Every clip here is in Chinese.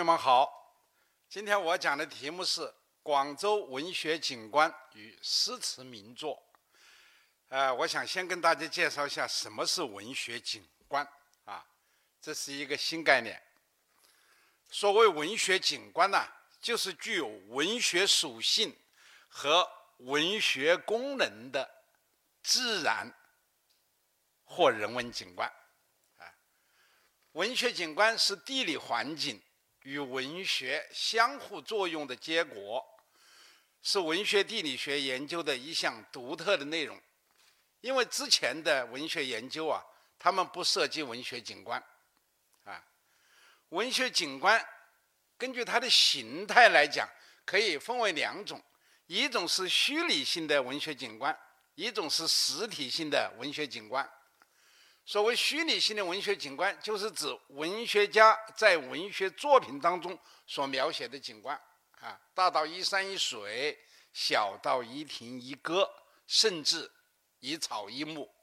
友们好，今天我讲的题目是广州文学景观与诗词名作。我想先跟大家介绍一下什么是文学景观啊，这是一个新概念。所谓文学景观呢，就是具有文学属性和文学功能的自然或人文景观。文学景观是地理环境与文学相互作用的结果，是文学地理学研究的一项独特的内容。因为之前的文学研究他们不涉及文学景观。文学景观根据它的形态来讲，可以分为两种，一种是虚拟性的文学景观，一种是实体性的文学景观。所谓虚拟性的文学景观，就是指文学家在文学作品当中所描写的景观，大到一山一水，小到一亭一歌，甚至一草一木。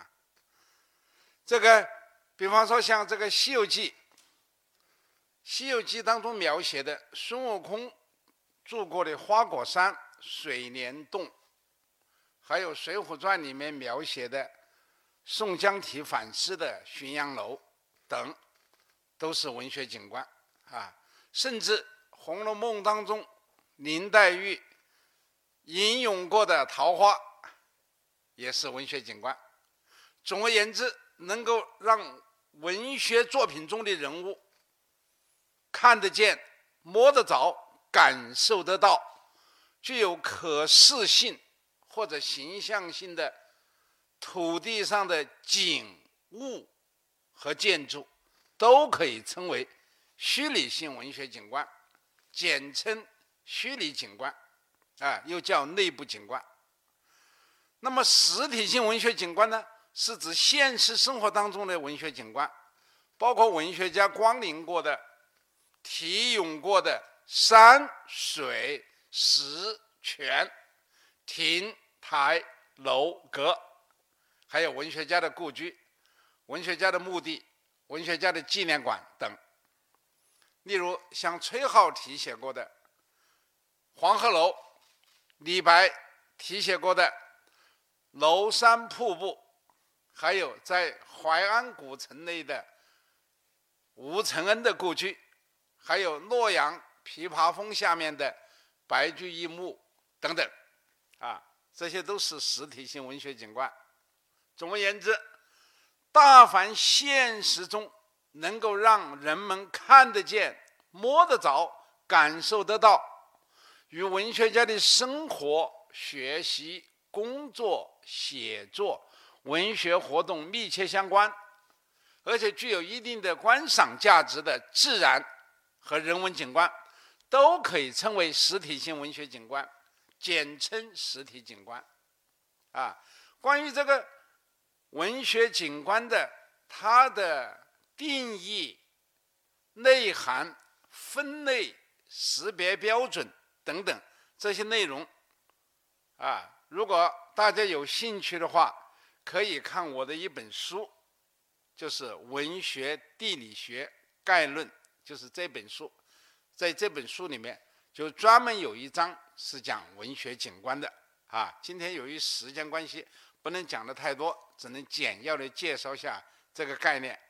这个比方说像这个《西游记》，《西游记》当中描写的孙悟空住过的花果山、水帘洞，还有《水浒传》里面描写的宋江提反诗的浔阳楼等，都是文学景观。甚至《红楼梦》当中林黛玉吟咏过的桃花也是文学景观。总而言之，能够让文学作品中的人物看得见、摸得着、感受得到，具有可视性或者形象性的土地上的景物和建筑，都可以称为虚拟性文学景观，简称虚拟景观，又叫内部景观。那么实体性文学景观呢，是指现实生活当中的文学景观，包括文学家光临过的、题咏过的山水石泉、亭台楼阁，还有文学家的故居、文学家的墓地、文学家的纪念馆等。例如像崔颢题写过的黄鹤楼，李白题写过的娄山瀑布，还有在淮安古城内的吴承恩的故居，还有洛阳琵琶峰下面的白居易墓等等，这些都是实体性文学景观。总而言之，大凡现实中能够让人们看得见、摸得着、感受得到，与文学家的生活、学习、工作、写作、文学活动密切相关，而且具有一定的观赏价值的自然和人文景观，都可以称为实体性文学景观，简称实体景观。关于这个文学景观的它的定义、内涵、分类、识别标准等等这些内容，如果大家有兴趣的话，可以看我的一本书，就是《文学地理学概论》，就是这本书。在这本书里面就专门有一章是讲文学景观的。今天由于时间关系不能讲的太多，只能简要的介绍一下这个概念。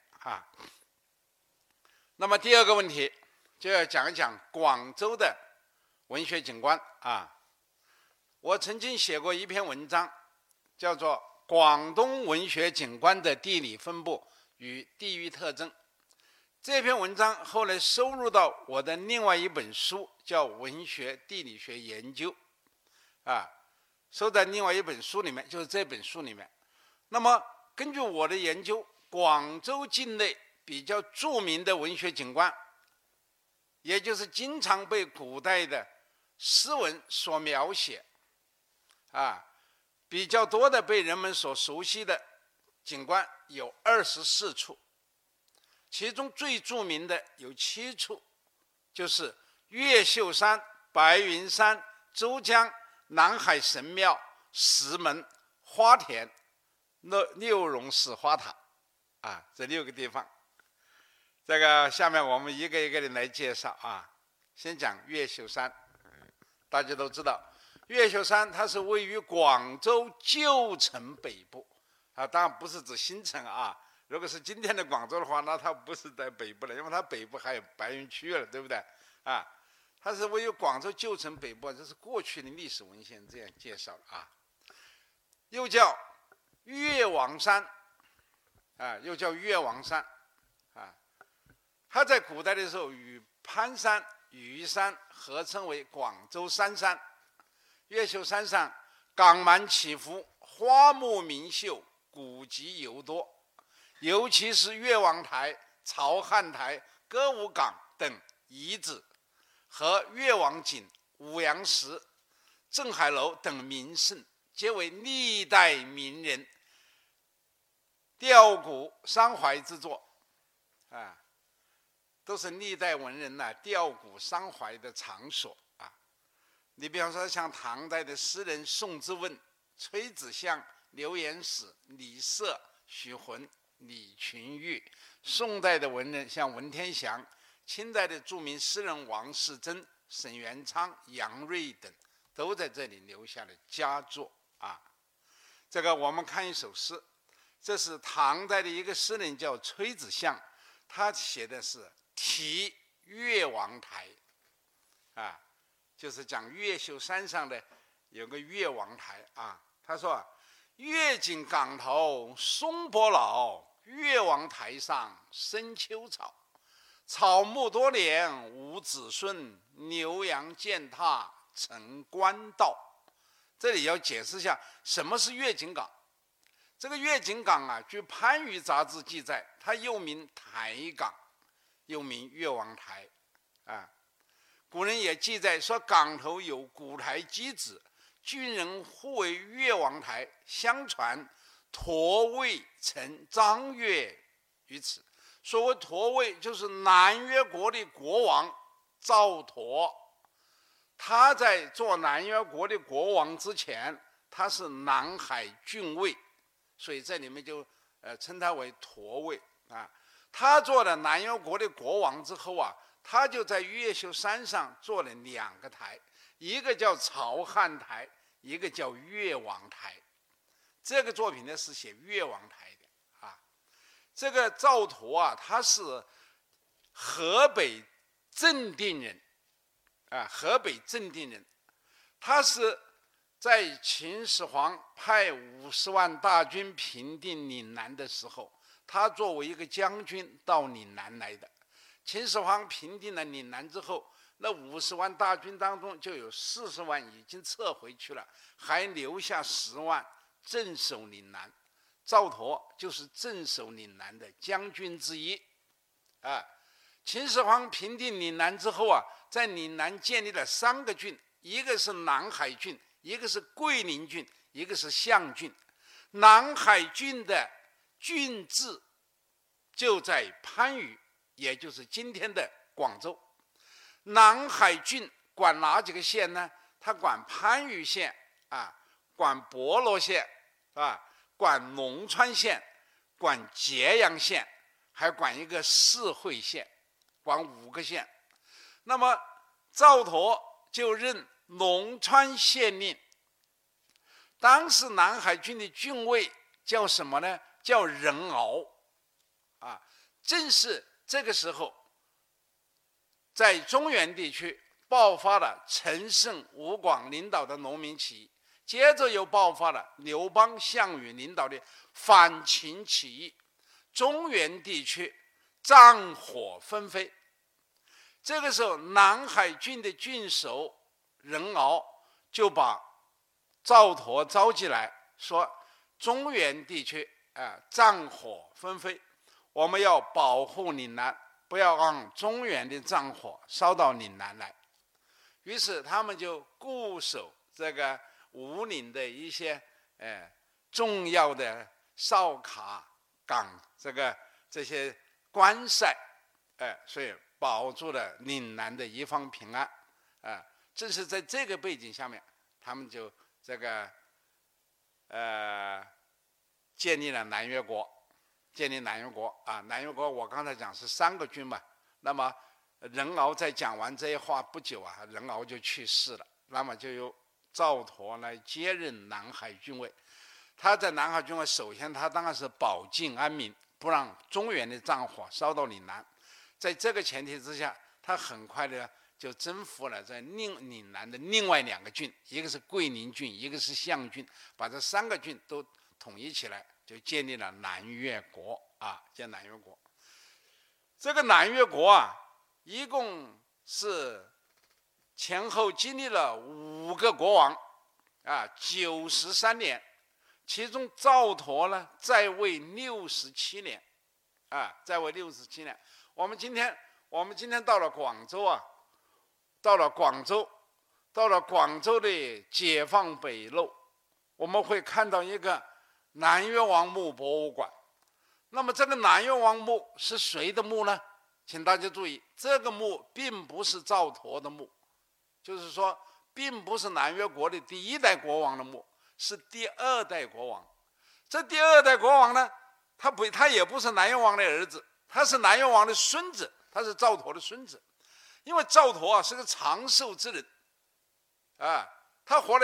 那么第二个问题就要讲一讲广州的文学景观。我曾经写过一篇文章，叫做《广东文学景观的地理分布与地域特征》。这篇文章后来收入到我的另外一本书，叫《文学地理学研究》，收在另外一本书里面，就是这本书里面。那么根据我的研究，广州境内比较著名的文学景观，也就是经常被古代的诗文所描写，比较多的被人们所熟悉的景观有24处，其中最著名的有7处，就是越秀山、白云山、周江、南海神庙、石门、花田、六榕寺花塔，这6个地方。 这个下面我们一个一个的来介绍啊。先讲越秀山，大家都知道，越秀山它是位于广州旧城北部啊，当然不是指新城啊。如果是今天的广州的话，那它不是在北部了，因为它北部还有白云区了，对不对啊？它是位于广州旧城北部，这是过去的历史文献这样介绍的啊。又叫越王山啊，又叫越王山啊。它在古代的时候与潘山、禺山合称为广州三山。越秀山上港蛮起伏，花木名秀，古迹尤多，尤其是越王台、曹汉台、歌舞岗等遗址和越王井、五羊石、镇海楼等名胜，皆为历代名人吊古伤怀之作啊，都是历代文人吊古伤怀的场所啊。你比方说像唐代的诗人宋之问、崔子相、刘言史、李涉、许浑、李群玉；宋代的文人像文天祥；清代的著名诗人王士祯、沈元昌、杨锐等，都在这里留下了佳作啊。这个我们看一首诗，这是唐代的一个诗人叫崔子相，他写的是题越王台啊，就是讲越秀山上的有个越王台啊。他说：越景港头松柏老，越王台上生秋草。草木多年无子孙，牛羊践踏成官道。这里要解释一下什么是越景港。这个越景港啊，据番禺杂志记载，它又名台港，又名越王台啊。古人也记载说，港头有古台基址，郡人呼为越王台，相传驼卫称张越于此。所谓驼卫，就是南越国的国王赵佗，他在做南越国的国王之前，他是南海郡尉，所以这里面就称他为驼卫啊。他做了南越国的国王之后啊，他就在越秀山上做了2个台，一个叫曹汉台，一个叫越王台。这个作品呢是写越王台的啊。这个赵佗啊，他是河北正定人啊，河北正定人。他是在秦始皇派50万大军平定岭南的时候，他作为一个将军到岭南来的。秦始皇平定了岭南之后，那50万大军当中就有40万已经撤回去了，还留下10万镇守岭南。赵佗就是镇守岭南的将军之一啊。秦始皇平定岭南之后啊，在岭南建立了3个郡，一个是南海郡，一个是桂林郡，一个是象郡。南海郡的郡治就在番禺，也就是今天的广州。南海郡管哪几个县呢？他管番禺县啊，管博罗县啊，管龙川县，管揭阳县，还管一个泗会县，管5个县。那么赵佗就任龙川县令。当时南海郡的郡尉叫什么呢？叫任敖啊。正是这个时候，在中原地区爆发了陈胜、吴广领导的农民起义，接着又爆发了刘邦、项羽领导的反秦起义，中原地区战火纷飞。这个时候，南海郡的郡守任敖就把赵佗召集来说，中原地区战火纷飞，我们要保护岭南，不要让中原的战火烧到岭南来。于是他们就固守这个五岭的一些重要的哨卡岗，这些关塞，所以保住了岭南的一方平安。正是在这个背景下面，他们就建立了南越国。 建立南越国啊。南越国我刚才讲是3个郡嘛，那么任敖在讲完这些话不久啊，任敖就去世了，那么就由赵佗来接任南海郡尉。他在南海郡尉，首先他当然是保境安民，不让中原的战火烧到岭南。在这个前提之下，他很快的就征服了在岭南的另外2个郡，一个是桂林郡，一个是象郡，把这3个郡都统一起来，就建立了南越国啊，建南越国。这个南越国啊，一共是前后经历了5个国王啊，93年。其中赵佗呢在位67年，在位67年。我们今天到了广州啊，到了广州的解放北路，我们会看到一个南越王墓博物馆。那么这个南越王墓是谁的墓呢？请大家注意，这个墓并不是赵佗的墓，就是说并不是南越国的第1代国王的墓，是第2代国王。这第2代国王呢，他也不是南越王的儿子，他是南越王的孙子，他是赵佗的孙子。因为赵佗啊是个长寿之人啊，他活了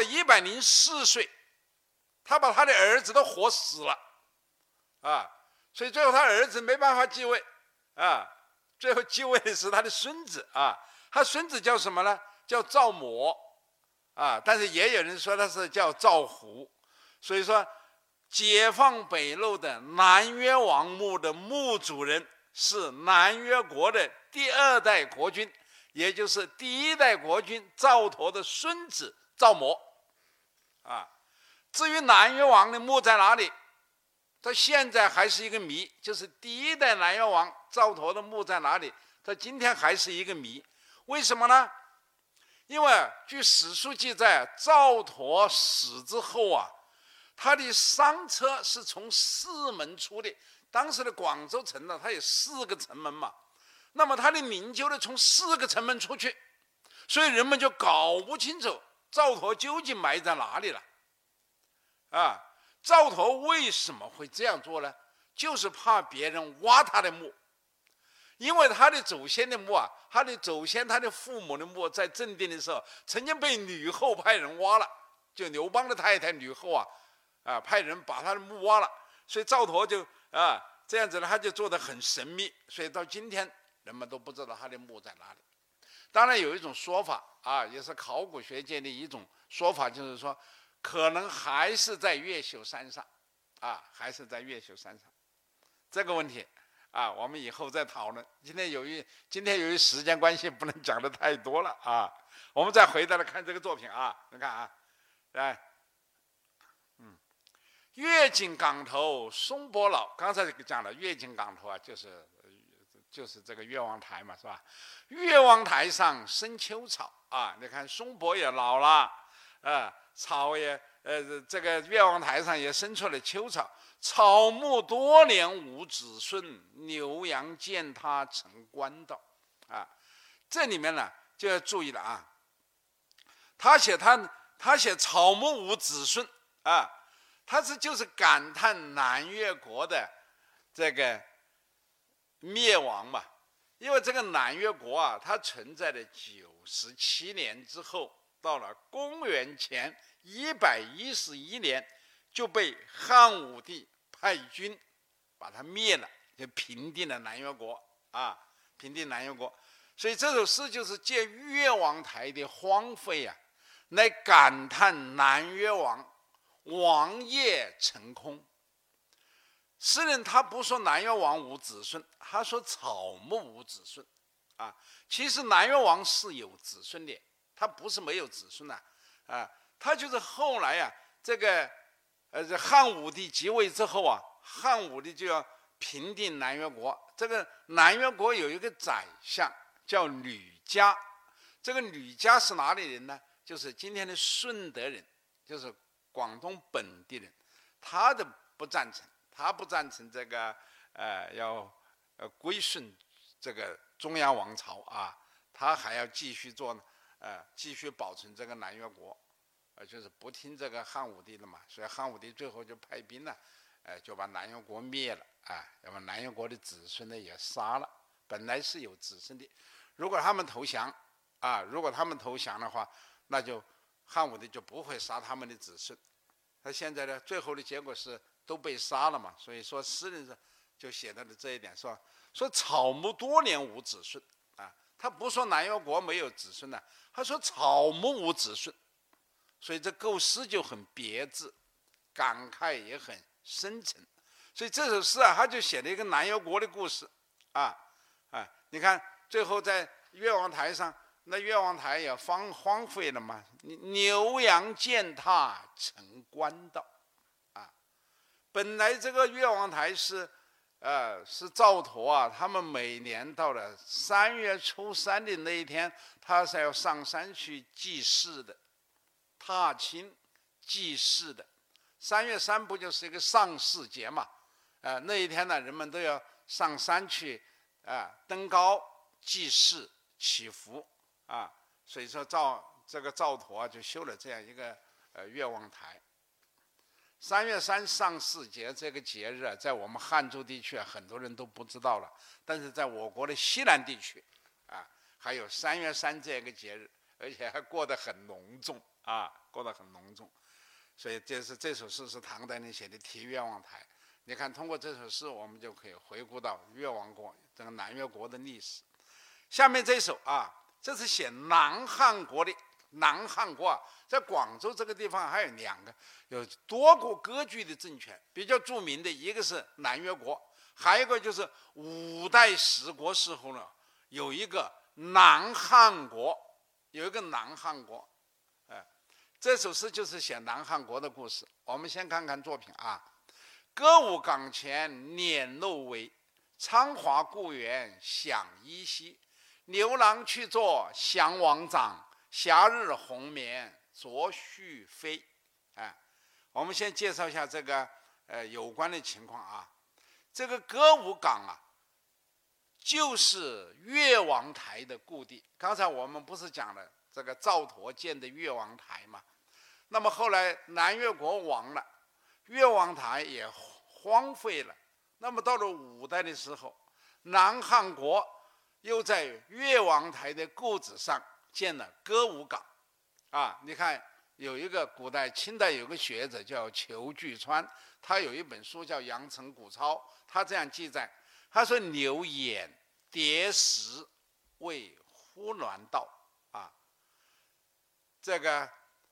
104岁，他把他的儿子都活死了啊，所以最后他儿子没办法继位啊，最后继位的是他的孙子啊。他孙子叫什么呢？叫赵模啊，但是也有人说他是叫赵胡。所以说解放北路的南越王墓的墓主人是南越国的第2代国君，也就是第1代国君赵佗的孙子赵模啊。至于南越王的墓在哪里，到现在还是一个谜，就是第1代南越王赵佗的墓在哪里，到今天还是一个谜。为什么呢？因为据史书记载，赵佗死之后啊，他的丧车是从4门出的。当时的广州城呢，它有4个城门嘛，那么他的灵柩呢从4个城门出去，所以人们就搞不清楚赵佗究竟埋在哪里了啊。赵佗为什么会这样做呢？就是怕别人挖他的墓，因为他的祖先的墓啊，他的父母的墓在正定的时候，曾经被吕后派人挖了，就刘邦的太太吕后啊，派人把他的墓挖了，所以赵佗就这样子呢，他就做得很神秘，所以到今天人们都不知道他的墓在哪里。当然有一种说法啊，也是考古学界的一种说法，就是说可能还是在越秀山上还是在越秀山上。这个问题我们以后再讨论。今天由于时间关系，不能讲的太多了我们再回来看这个作品你看来，月井港头松柏老，刚才讲了月井港头就是这个越王台嘛，是吧？越王台上生秋草你看松柏也老了草也这个越王台上也生出了秋草。草木多年无子孙，牛羊见他成官道这里面呢就要注意了他写草木无子孙他就是感叹南越国的这个灭亡嘛。因为这个南越国它存在了97年之后，到了公元前111年就被汉武帝派军把它灭了，就平定了南越国平定南越国。所以这首诗就是借越王台的荒废来感叹南越王业成空。诗人他不说南越王无子孙，他说草木无子孙其实南越王是有子孙的，他不是没有子孙他就是后来这个汉武帝即位之后汉武帝就要平定南越国。这个南越国有一个宰相叫吕嘉，这个吕嘉是哪里人呢？就是今天的顺德人，就是广东本地人。他不赞成这个要归顺这个中央王朝他还要继续继续保存这个南越国就是不听这个汉武帝的嘛。所以汉武帝最后就派兵就把南越国灭了啊，要把南越国的子孙呢也杀了。本来是有子孙的，如果他们投降啊，如果他们投降的话，那就汉武帝就不会杀他们的子孙。他现在呢，最后的结果是都被杀了嘛，所以说诗人就写到了这一点，说草木多年无子孙啊，他不说南越国没有子孙呢，他说草木无子孙，所以这构诗就很别致，感慨也很深沉。所以这首诗啊，他就写了一个南越国的故事啊。你看最后在越王台上，那越王台也荒废了嘛，牛羊践踏成官道啊。本来这个越王台是赵佗啊，他们每年到了3月初3的那一天，他是要上山去祭祀的，踏青祭祀的。3月3不就是一个上巳节嘛？那一天呢，人们都要上山去登高祭祀祈福啊，所以说这个赵佗啊就修了这样一个越王台。3月3上巳节这个节日啊，在我们汉族地区啊，很多人都不知道了，但是在我国的西南地区啊，还有3月3这个节日，而且还过得很隆重啊，过得很隆重。所以这首诗是唐代人写的《题越王台》。你看，通过这首诗，我们就可以回顾到越王国这个南越国的历史。下面这首啊，这是写南汉国的。南汉国啊，在广州这个地方还有2个有多国割据的政权，比较著名的一个是南越国，还有一个就是5代十国时候呢，有一个南汉国，这首诗就是写南汉国的故事。我们先看看作品啊。歌舞岗前辇露微，昌华故园响依稀。牛郎去坐降王掌，夏日红棉着絮飞。我们先介绍一下这个有关的情况啊。这个歌舞岗啊，就是越王台的故地。刚才我们不是讲了这个赵佗建的越王台吗？那么后来南越国亡了，越王台也荒废了。那么到了5代的时候，南汉国又在越王台的故址上建了歌舞岗啊。你看有一个清代有个学者叫裘巨川，他有一本书叫《阳城古钞》，他这样记载，他说牛眼叠石为呼鸾道啊，这个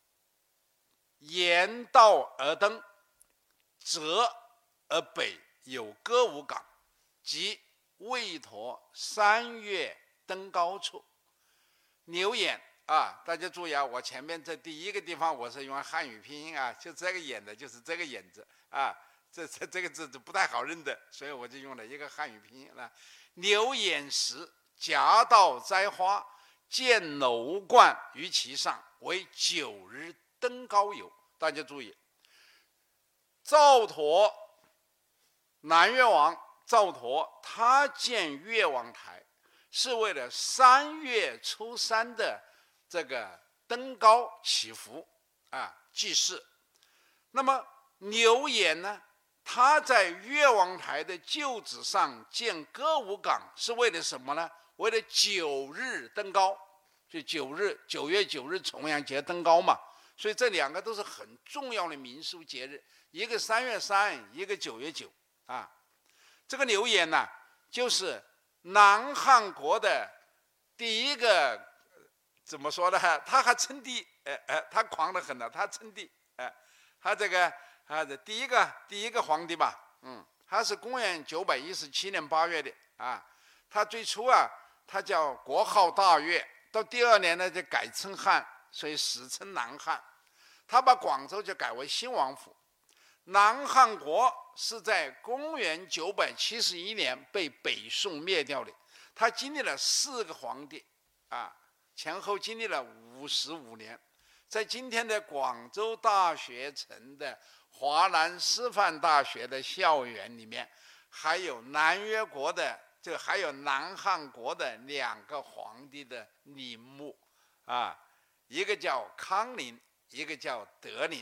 沿道而登，折而北有歌舞岗，即魏陀3月登高处。牛眼啊，大家注意啊，我前面这第一个地方我是用汉语拼音啊，就这个眼的就是这个眼字啊，这个字不太好认的，所以我就用了一个汉语拼音了。牛眼石，夹道栽花，建楼观于其上，为9日登高游。大家注意，赵佗南越王赵佗他建越王台是为了3月初3的这个登高祈福啊祭祀。那么牛眼呢，他在越王台的旧址上建歌舞岗是为了什么呢？为了9日登高，就9月9日重阳节登高嘛。所以这2个都是很重要的民俗节日，一个3月3，一个9月9啊。这个牛眼呢，就是南汉国的第一个，怎么说呢？他还称帝，他狂得很了，他称帝，他这个的第一个皇帝吧，他是公元917年8月的啊。他最初啊，他叫国号大越，到第2年呢就改称汉，所以史称南汉。他把广州就改为新王府。南汉国是在公元971年被北宋灭掉的，他经历了4个皇帝啊，前后经历了55年。在今天的广州大学城的华南师范大学的校园里面，还有南越国的，还有南汉国的2个皇帝的陵墓啊，一个叫康陵，一个叫德陵。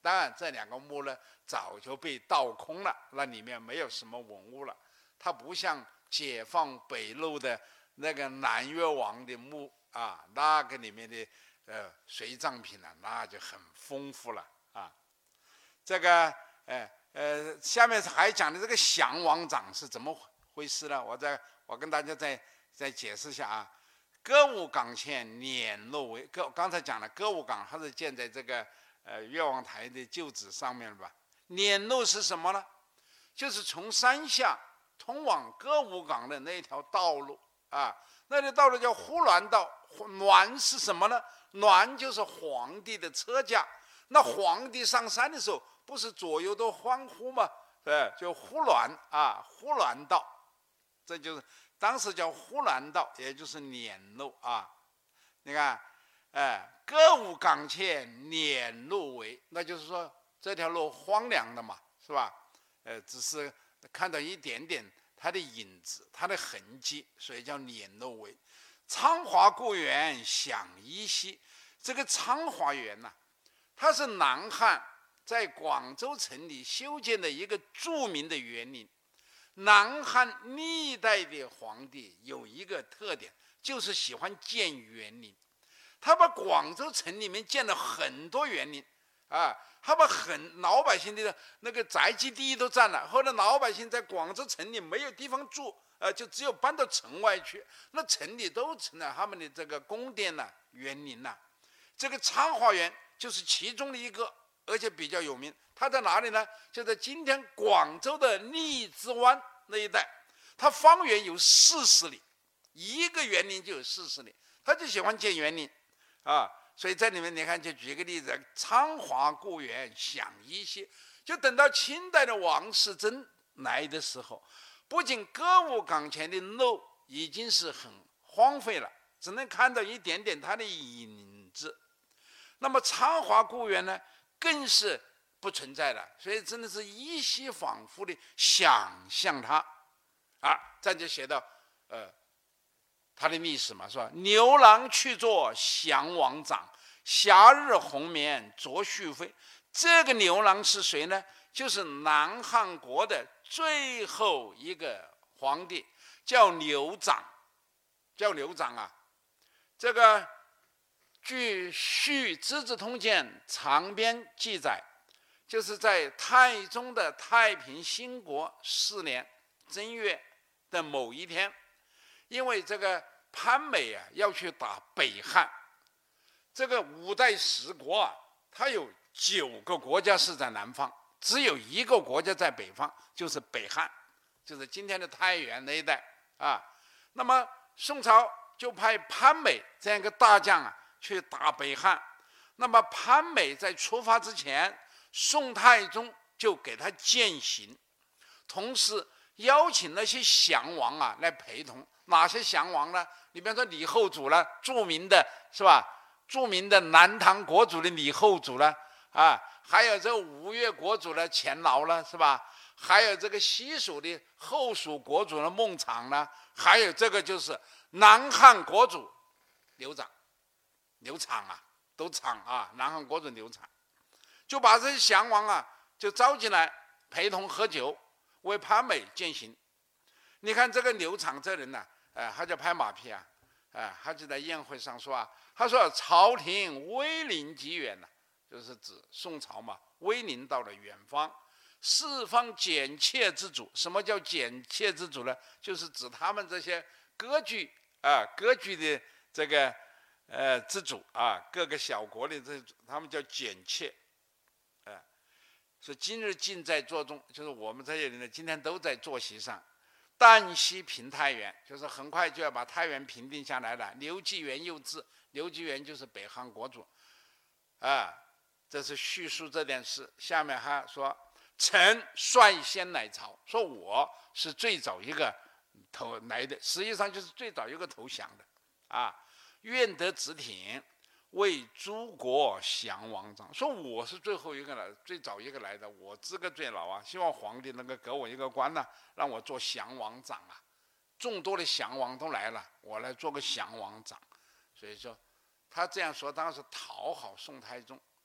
当然这2个墓呢早就被盗空了，那里面没有什么文物了。它不像解放北路的那个南越王的墓啊，那个里面的随葬品呢，那就很丰富了啊。这个下面还讲的这个降王掌是怎么回事呢？我跟大家再解释一下啊。歌舞岗前辇路围，刚才讲了，歌舞岗它是建在这个越王台的旧址上面了吧？辇路是什么呢？就是从山下通往歌舞岗的那条道路啊，那条道路叫呼鸾道。鸾是什么呢？鸾就是皇帝的车驾。那皇帝上山的时候，不是左右都欢呼吗？就呼鸾啊，呼鸾道，这就是当时叫呼鸾道，也就是辇路啊。你看，歌舞岗前辇路围，那就是说这条路荒凉的嘛，是吧？只是看到一点点它的影子，它的痕迹，所以叫辇路围。昌华故园享依稀，这个昌华园呐，它是南汉在广州城里修建的一个著名的园林。南汉历代的皇帝有一个特点，就是喜欢建园林。他把广州城里面建了很多园林啊，他把老百姓的那个宅基地都占了。后来老百姓在广州城里没有地方住，就只有搬到城外去。那城里都成了他们的这个宫殿呐、园林呐。这个昌华园就是其中的一个，而且比较有名。它在哪里呢？就在今天广州的荔枝湾那一带，它方圆有40里，一个园林就有40里。他就喜欢建园林啊，所以在里面你看，就举个例子，昌华故园享依稀。就等到清代的王士祯来的时候，不仅歌舞岗前的路已经是很荒废了，只能看到一点点它的影子，那么昌华故园呢，更是不存在了。所以真的是依稀仿佛的想象它啊。这就写到它的历史嘛，是吧？牛郎去作降王掌，夏日红棉着絮飞。这个牛郎是谁呢？就是南汉国的最后一个皇帝，叫刘长，叫刘长啊。这个据《续资治通鉴长编》记载，就是在太宗的太平兴国4年正月的某一天，因为这个潘美啊要去打北汉，这个5代10国啊，它有9个国家是在南方，只有1个国家在北方，就是北汉，就是今天的太原那一带啊。那么宋朝就派潘美这样一个大将啊去打北汉。那么潘美在出发之前，宋太宗就给他饯行，同时邀请那些降王啊来陪同。哪些降王呢？你比方说李后主了，著名的是吧？著名的南唐国主的李后主了啊，还有这个吴越国主的钱劳了，是吧？还有这个西蜀的后蜀国主的孟昶了，还有这个就是南汉国主刘长、刘昶啊，都昶啊，南汉国主刘昶，就把这些降王啊就召进来陪同喝酒，为潘美饯行。你看这个刘昶这人呢，他就拍马屁啊，他就在宴会上说啊，他说朝廷威临极远了，就是指宋朝嘛，威临到了远方，四方简妾之主。什么叫简妾之主呢？就是指他们这些割据的这个之主啊，各个小国的这他们叫简妾，说今日尽在座中，就是我们这些人呢，今天都在坐席上。旦夕平太原，就是很快就要把太原平定下来了。刘继元又至，刘继元就是北汉国主，这是叙述这件事。下面还说，臣率先来朝，说我是最早一个来的，实际上就是最早一个投降的啊。愿得直挺，为诸国降王掌，说我是最后一个来，最早一个来的，我资格最老啊，希望皇帝能够给我一个官呢，让我做降王掌啊。众多的降王都来了，我来做个降王掌。所以说他这样说当然是讨好宋太宗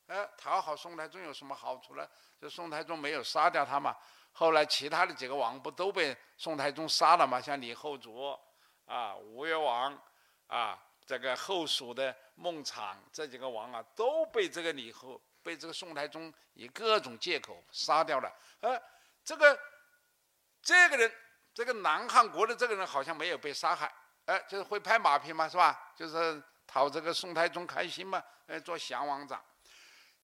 讨好宋太宗有什么好处呢？就宋太宗没有杀掉他嘛。后来其他的几个王不都被宋太宗杀了嘛？像李后主啊、吴越王啊，这个后蜀的孟昶这几个王啊，都被这个被这个宋太宗以各种借口杀掉了。这个人，这个南汉国的这个人好像没有被杀害，就是会拍马屁嘛，是吧？就是讨这个宋太宗开心嘛，做降王长。